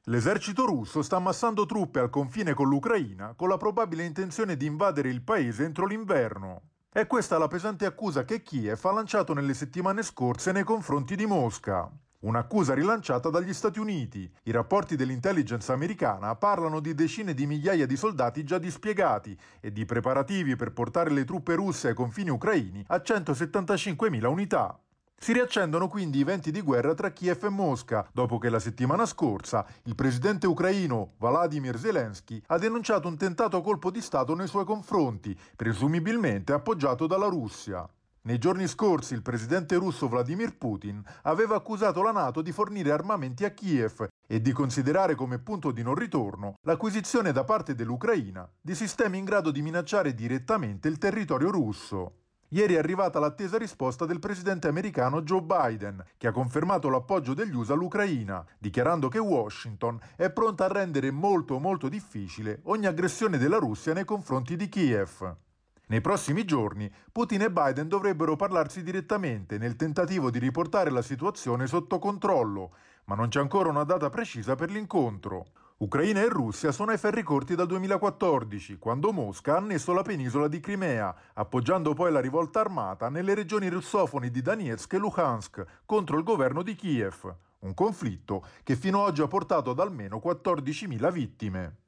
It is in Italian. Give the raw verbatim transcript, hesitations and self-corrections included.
L'esercito russo sta ammassando truppe al confine con l'Ucraina con la probabile intenzione di invadere il paese entro l'inverno. È questa la pesante accusa che Kiev ha lanciato nelle settimane scorse nei confronti di Mosca. Un'accusa rilanciata dagli Stati Uniti. I rapporti dell'intelligence americana parlano di decine di migliaia di soldati già dispiegati e di preparativi per portare le truppe russe ai confini ucraini a centosettantacinquemila unità. Si riaccendono quindi i venti di guerra tra Kiev e Mosca, dopo che la settimana scorsa il presidente ucraino Volodymyr Zelensky ha denunciato un tentato colpo di Stato nei suoi confronti, presumibilmente appoggiato dalla Russia. Nei giorni scorsi il presidente russo Vladimir Putin aveva accusato la NATO di fornire armamenti a Kiev e di considerare come punto di non ritorno l'acquisizione da parte dell'Ucraina di sistemi in grado di minacciare direttamente il territorio russo. Ieri è arrivata l'attesa risposta del presidente americano Joe Biden, che ha confermato l'appoggio degli U S A all'Ucraina, dichiarando che Washington è pronta a rendere molto molto difficile ogni aggressione della Russia nei confronti di Kiev. Nei prossimi giorni Putin e Biden dovrebbero parlarsi direttamente nel tentativo di riportare la situazione sotto controllo, ma non c'è ancora una data precisa per l'incontro. Ucraina e Russia sono ai ferri corti dal duemilaquattordici, quando Mosca ha annesso la penisola di Crimea, appoggiando poi la rivolta armata nelle regioni russofoni di Donetsk e Luhansk contro il governo di Kiev. Un conflitto che fino ad oggi ha portato ad almeno quattordicimila vittime.